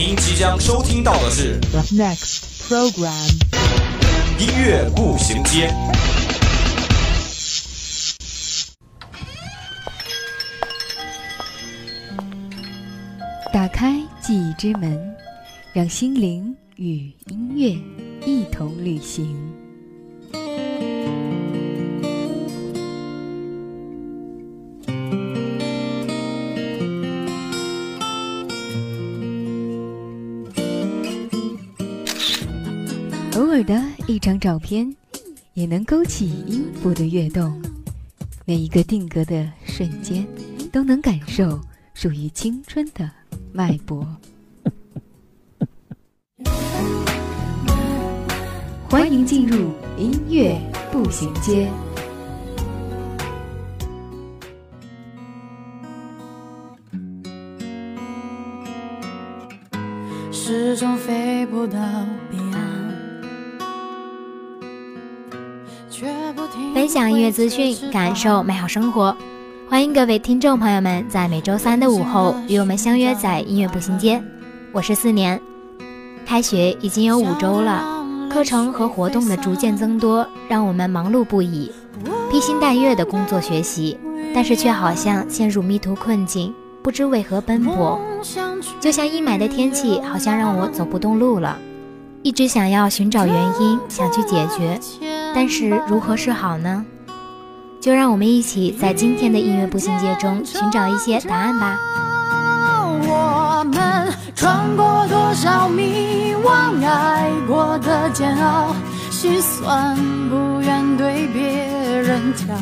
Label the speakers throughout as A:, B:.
A: 您即将收听到的是
B: The next program
A: 音乐步行街。
C: 打开记忆之门，让心灵与音乐一同旅行。偶尔的一张照片，也能勾起音符的跃动。每一个定格的瞬间，都能感受属于青春的脉搏。欢迎进入音乐步行街。
D: 始终飞不到彼岸，
E: 分享音乐资讯，感受美好生活。欢迎各位听众朋友们在每周三的午后与我们相约在音乐步行街。我是4年，开学已经有5周了，课程和活动的逐渐增多，让我们忙碌不已，披星戴月的工作学习，但是却好像陷入迷途困境，不知为何奔波。就像阴霾的天气，好像让我走不动路了，一直想要寻找原因，想去解决，但是如何是好呢？就让我们一起在今天的音乐步行街中寻找一些答案吧。
D: 我们穿过多少迷惘，爱过的煎熬，心酸不愿对别人讲。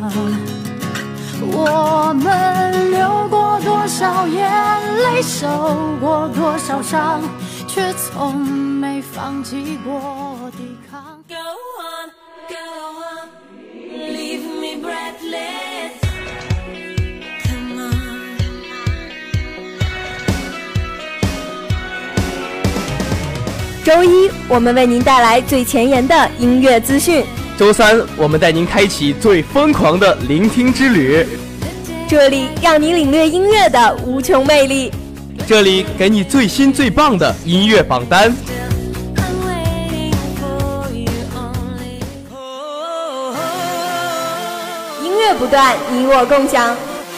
D: 我们流过多少眼泪，受过多少伤，却从没放弃过抵抗。Go on, go on, leave me breathless. Come on.
F: 周一，我们为您带来最前沿的音乐资讯。
G: 周三，我们带您开启最疯狂的聆听之旅。
F: 这里让你领略音乐的无穷魅力，
G: 这里给你最新最棒的音乐榜单。
F: 音乐不断，你我共享。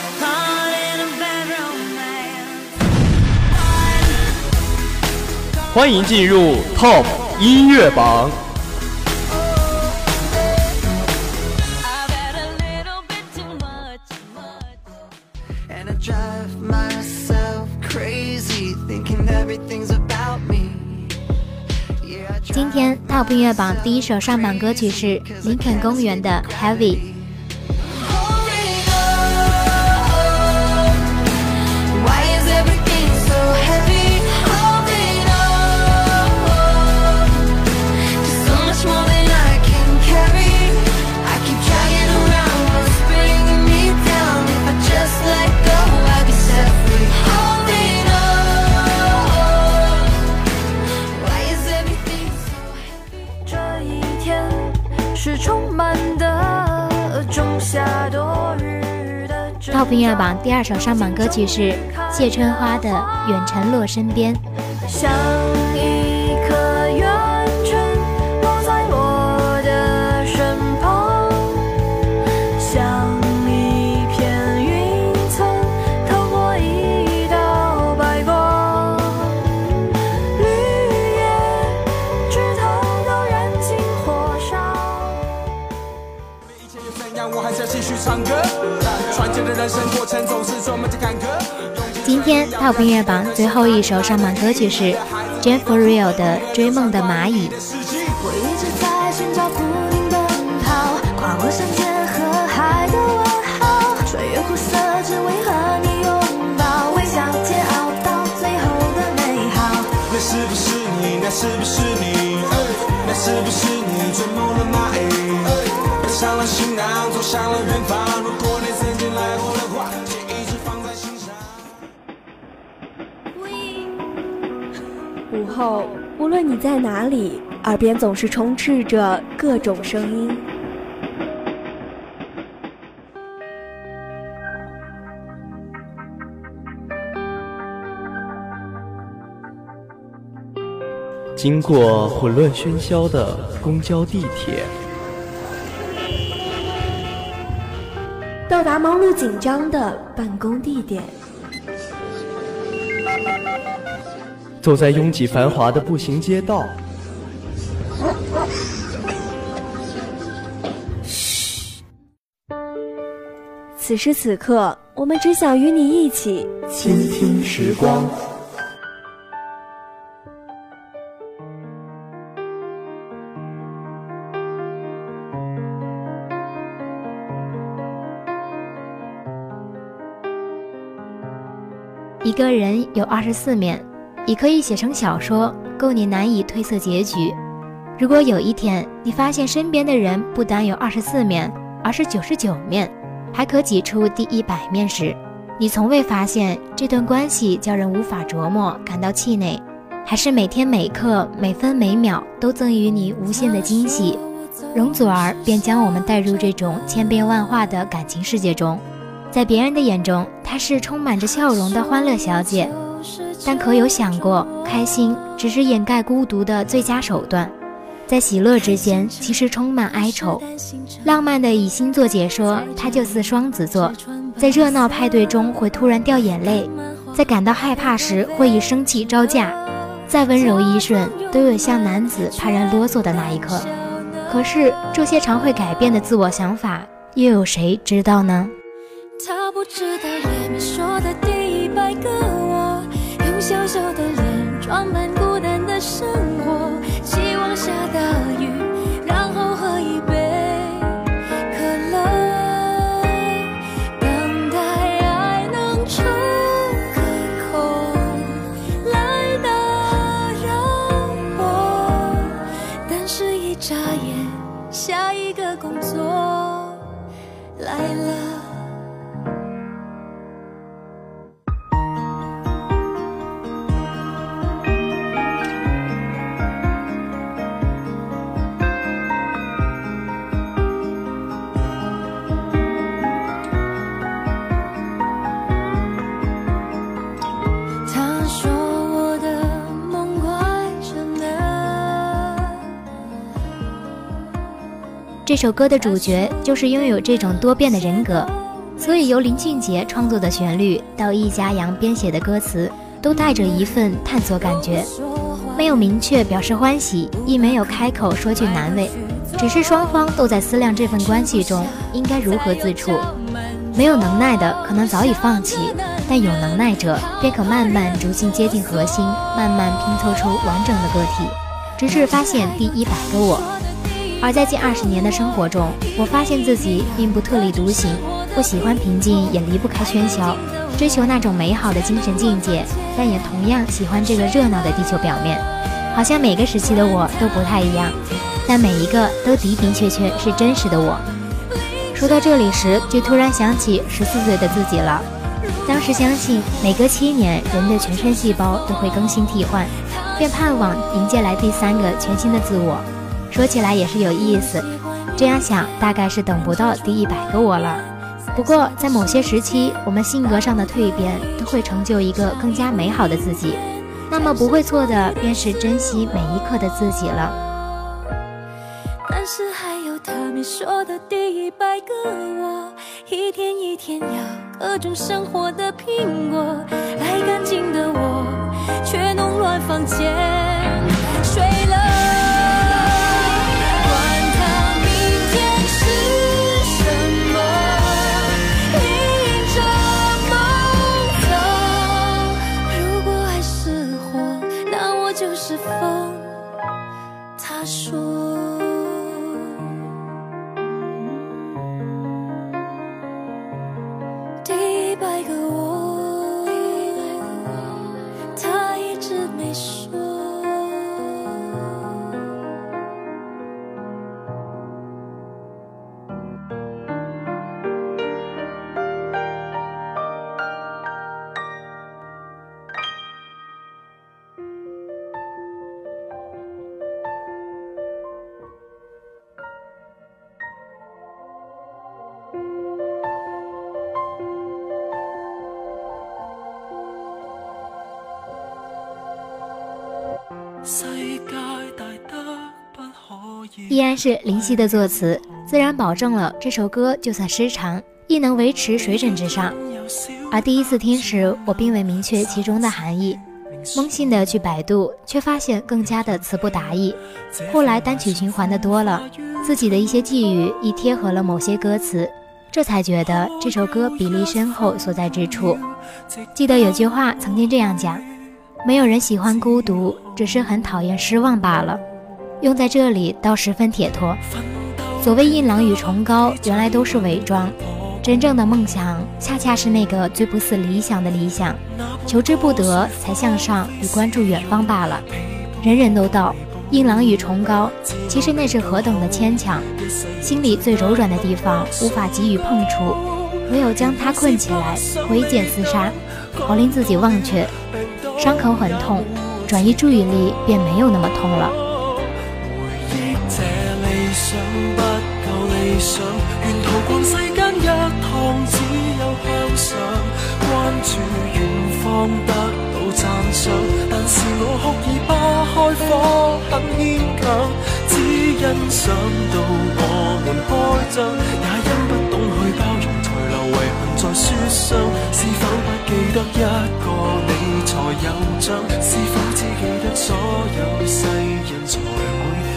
G: 欢迎进入 Top 音乐榜。
E: 今天 Top 音乐榜第一首上榜歌曲是林肯公园的 Heavy。Top 音乐榜第二首上榜歌曲是谢春花的《远尘落身边》。
D: 像一颗远尘落在我的身旁，像一片云层透过一道白光，绿叶枝头都燃尽火烧。
H: 一切又怎样，我还是要继续唱歌，传奇的人生过程总是这么的坎坷。
E: 今天 Top 音乐榜最后一首上榜歌曲是 Jam for Real 的《追梦的蚂蚁》。
D: 我一直在寻找不停奔跑，跨过山间和海的问号，穿越苦涩只为和你拥抱，微笑煎熬到最后的美好。
H: 那是不是你？那是不是你？那是不是你追梦的蚂蚁？背上了行囊，走向了远方。如果你曾经来过的话，请一直放在心上。
F: 午后，无论你在哪里，耳边总是充斥着各种声音。
G: 经过混乱喧嚣的公交地铁，
F: 到达忙碌紧张的办公地点，
G: 走在拥挤繁华的步行街道，
F: 此时此刻，我们只想与你一起
G: 倾听时光。
E: 一个人有24面，也可以写成小说，够你难以推测结局。如果有一天你发现身边的人不单有24面，而是99面，还可挤出第100面时，你从未发现这段关系叫人无法琢磨，感到气馁，还是每天每刻每分每秒都赠予你无限的惊喜？容祖儿便将我们带入这种千变万化的感情世界中。在别人的眼中，她是充满着笑容的欢乐小姐，但可有想过，开心只是掩盖孤独的最佳手段，在喜乐之间其实充满哀愁。浪漫的以星座解说，她就似双子座，在热闹派对中会突然掉眼泪，在感到害怕时会以生气招架，再温柔依顺都有像男子怕人啰嗦的那一刻。可是这些常会改变的自我想法，又有谁知道呢？
D: 他不知道也没说的第100个我，用小小的脸装满孤单的生活，希望下大雨，然后喝一杯可乐，等待爱能成个空来打扰我，但是一眨眼，下一个工作来了。
E: 这首歌的主角就是拥有这种多变的人格，所以由林俊杰创作的旋律到易家扬编写的歌词，都带着一份探索感觉，没有明确表示欢喜，亦没有开口说句难为，只是双方都在思量这份关系中应该如何自处。没有能耐的可能早已放弃，但有能耐者便可慢慢逐渐接近核心，慢慢拼凑出完整的个体，直至发现第100个我。而在近20年的生活中，我发现自己并不特立独行，不喜欢平静，也离不开喧嚣，追求那种美好的精神境界，但也同样喜欢这个热闹的地球表面。好像每个时期的我都不太一样，但每一个都的的确确是真实的我。说到这里时，就突然想起14岁的自己了。当时相信每隔7年，人的全身细胞都会更新替换，便盼望迎接来第3个全新的自我。说起来也是有意思，这样想大概是等不到第100个我了。不过在某些时期，我们性格上的蜕变都会成就一个更加美好的自己，那么不会错的便是珍惜每一刻的自己了。
D: 但是还有他没说的第100个我，一天一天咬各种生活的苹果，爱干净的我却弄乱房间睡了。就是风，他说第100个我，他一直没说。
E: 依然是林夕的作词，自然保证了这首歌就算失常亦能维持水准之上。而第一次听时，我并未明确其中的含义，懵信的去百度，却发现更加的词不达意。后来单曲循环的多了，自己的一些际遇亦贴合了某些歌词，这才觉得这首歌比例深厚所在之处。记得有句话曾经这样讲，没有人喜欢孤独，只是很讨厌失望罢了。用在这里倒十分铁妥。所谓硬朗与崇高，原来都是伪装，真正的梦想恰恰是那个最不似理想的理想，求之不得才向上与关注远方罢了。人人都道硬朗与崇高，其实那是何等的牵强，心里最柔软的地方无法给予碰触，唯有将它困起来，挥剑厮杀，好令自己忘却。伤口很痛，转移注意力便没有那么痛了。
H: 想不夠理想，沿途逛世間一趟，只有向上，關注遠方得到讚賞，但是我學而不開火，很牽強，只欣賞到我們開張，也因不懂去包容，才留遺憾在書上。是否不記得一個你才有獎？是否只記得所有世人才會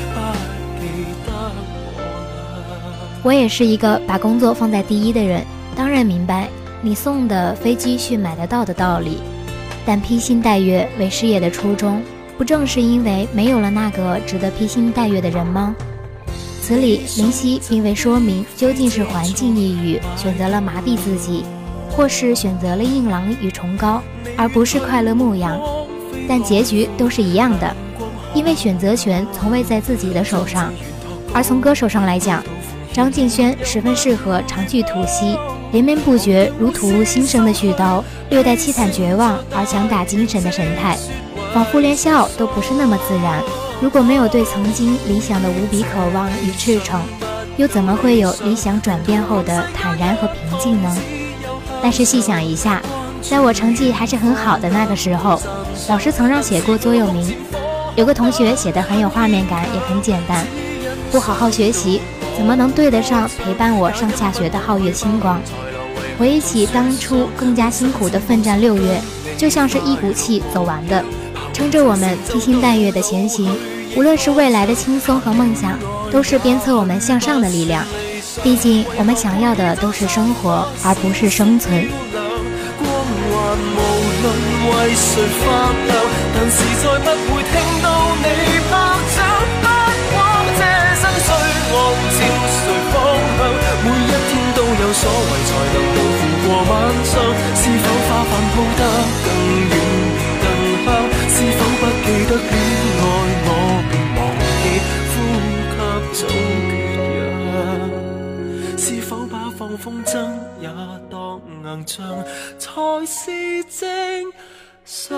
E: 我也是一个把工作放在第一的人，当然明白你送的非积蓄买得到的道理，但披星戴月为事业的初衷，不正是因为没有了那个值得披星戴月的人吗？此里林夕并未说明究竟是环境抑郁选择了麻痹自己，或是选择了硬朗与崇高，而不是快乐牧羊，但结局都是一样的，因为选择权从未在自己的手上。而从歌手上来讲，张敬轩十分适合长句吐息，连绵不绝如吐露心声的絮叨，略带凄惨绝望而强打精神的神态，仿佛连笑都不是那么自然。如果没有对曾经理想的无比渴望与赤诚，又怎么会有理想转变后的坦然和平静呢？但是细想一下，在我成绩还是很好的那个时候，老师曾让写过座右铭，有个同学写得很有画面感，也很简单，不好好学习，怎么能对得上陪伴我上下学的皓月清光？回忆起当初更加辛苦的奋战6月，就像是一股气走完的，撑着我们披星戴月的前行。无论是未来的轻松和梦想，都是鞭策我们向上的力量。毕竟我们想要的都是生活，而不是生存。
H: 光環無論為誰發亮，但是再不會聽到你拍掌。不枉這生須按照誰方向，每一天都有所謂才能應付過晚上。是否花瓣鋪得更遠更香？是否不記得戀愛我便忘記呼吸總缺氧？是否把放風箏也當硬仗才是正常？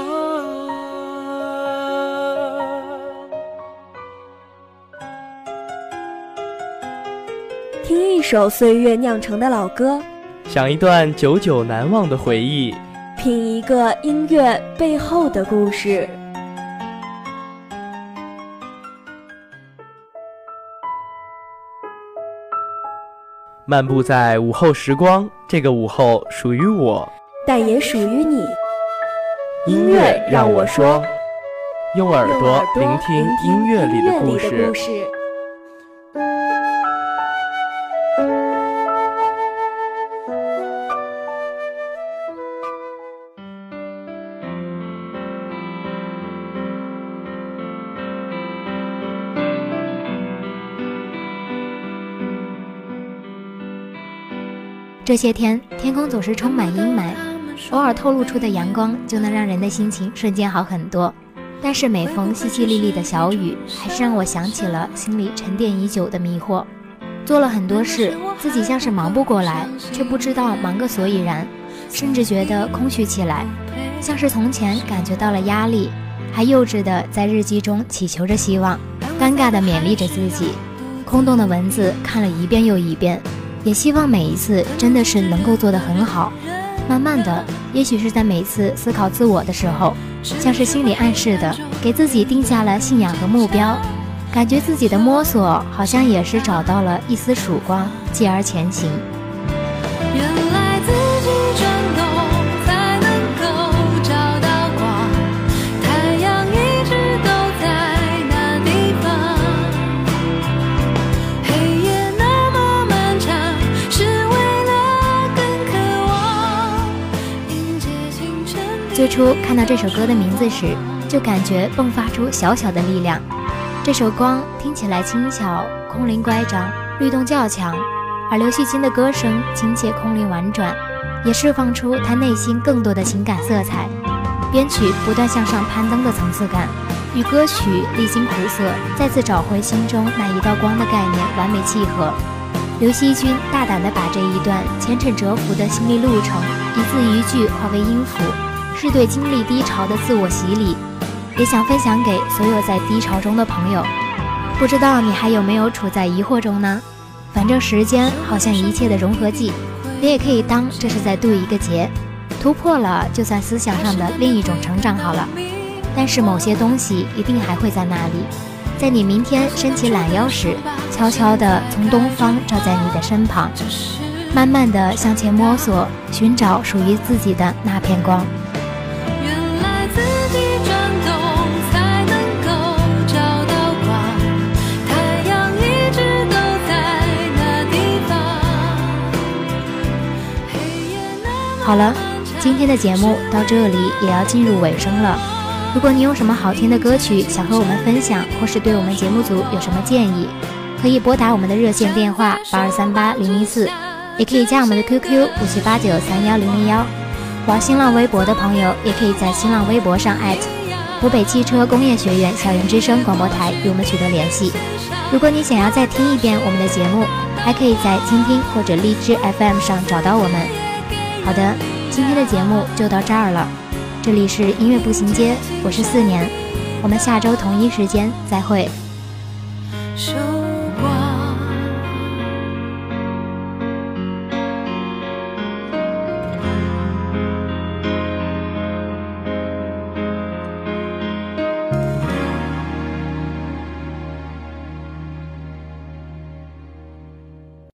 F: 听一首岁月酿成的老歌，
G: 想一段久久难忘的回忆，
F: 品一个音乐背后的故事。
G: 漫步在午后时光，这个午后属于我，
F: 但也属于你。
G: 音乐让我说，用耳朵聆听音乐里的故事。
E: 这些天，天空总是充满阴霾，偶尔透露出的阳光就能让人的心情瞬间好很多。但是每逢淅淅沥沥的小雨，还是让我想起了心里沉淀已久的迷惑。做了很多事，自己像是忙不过来，却不知道忙个所以然，甚至觉得空虚起来，像是从前感觉到了压力，还幼稚的在日记中祈求着希望，尴尬的勉励着自己。空洞的文字看了一遍又一遍，也希望每一次真的是能够做得很好。慢慢的，也许是在每次思考自我的时候，像是心理暗示的， 给自己定下了信仰和目标，感觉自己的摸索好像也是找到了一丝曙光，继而前行。
D: 原来自己转动才能够找到光，太阳一直都在那地方，黑夜那么漫长，是为了更渴望迎接清晨。
E: 最初看到这首歌的名字时，就感觉迸发出小小的力量。这首光听起来轻巧，空灵乖张，律动较强，而刘惜君的歌声亲切空灵婉转，也释放出他内心更多的情感色彩。编曲不断向上攀登的层次感，与歌曲历经苦涩再次找回心中那一道光的概念完美契合。刘惜君大胆地把这一段虔诚折服的心理路程一字一句化为音符，是对经历低潮的自我洗礼，也想分享给所有在低潮中的朋友。不知道你还有没有处在疑惑中呢？反正时间好像一切的融合剂，你也可以当这是在渡一个劫，突破了就算思想上的另一种成长好了。但是某些东西一定还会在那里，在你明天伸起懒腰时，悄悄地从东方照在你的身旁，慢慢地向前摸索，寻找属于自己的那片光。
D: 原来自己转动才能够找到光，太阳一直都在那地方，黑夜那么
E: 好了，今天的节目到这里也要进入尾声了。如果你有什么好听的歌曲想和我们分享，或是对我们节目组有什么建议，可以拨打我们的热线电话8238-004，也可以加我们的 QQ 5789-31001。玩新浪微博的朋友，也可以在新浪微博上湖北汽车工业学院校园之声广播台与我们取得联系。如果你想要再听一遍我们的节目，还可以在蜻蜓或者荔枝 FM 上找到我们。好的，今天的节目就到这儿了。这里是音乐步行街，我是4年，我们下周同一时间再会。
D: 手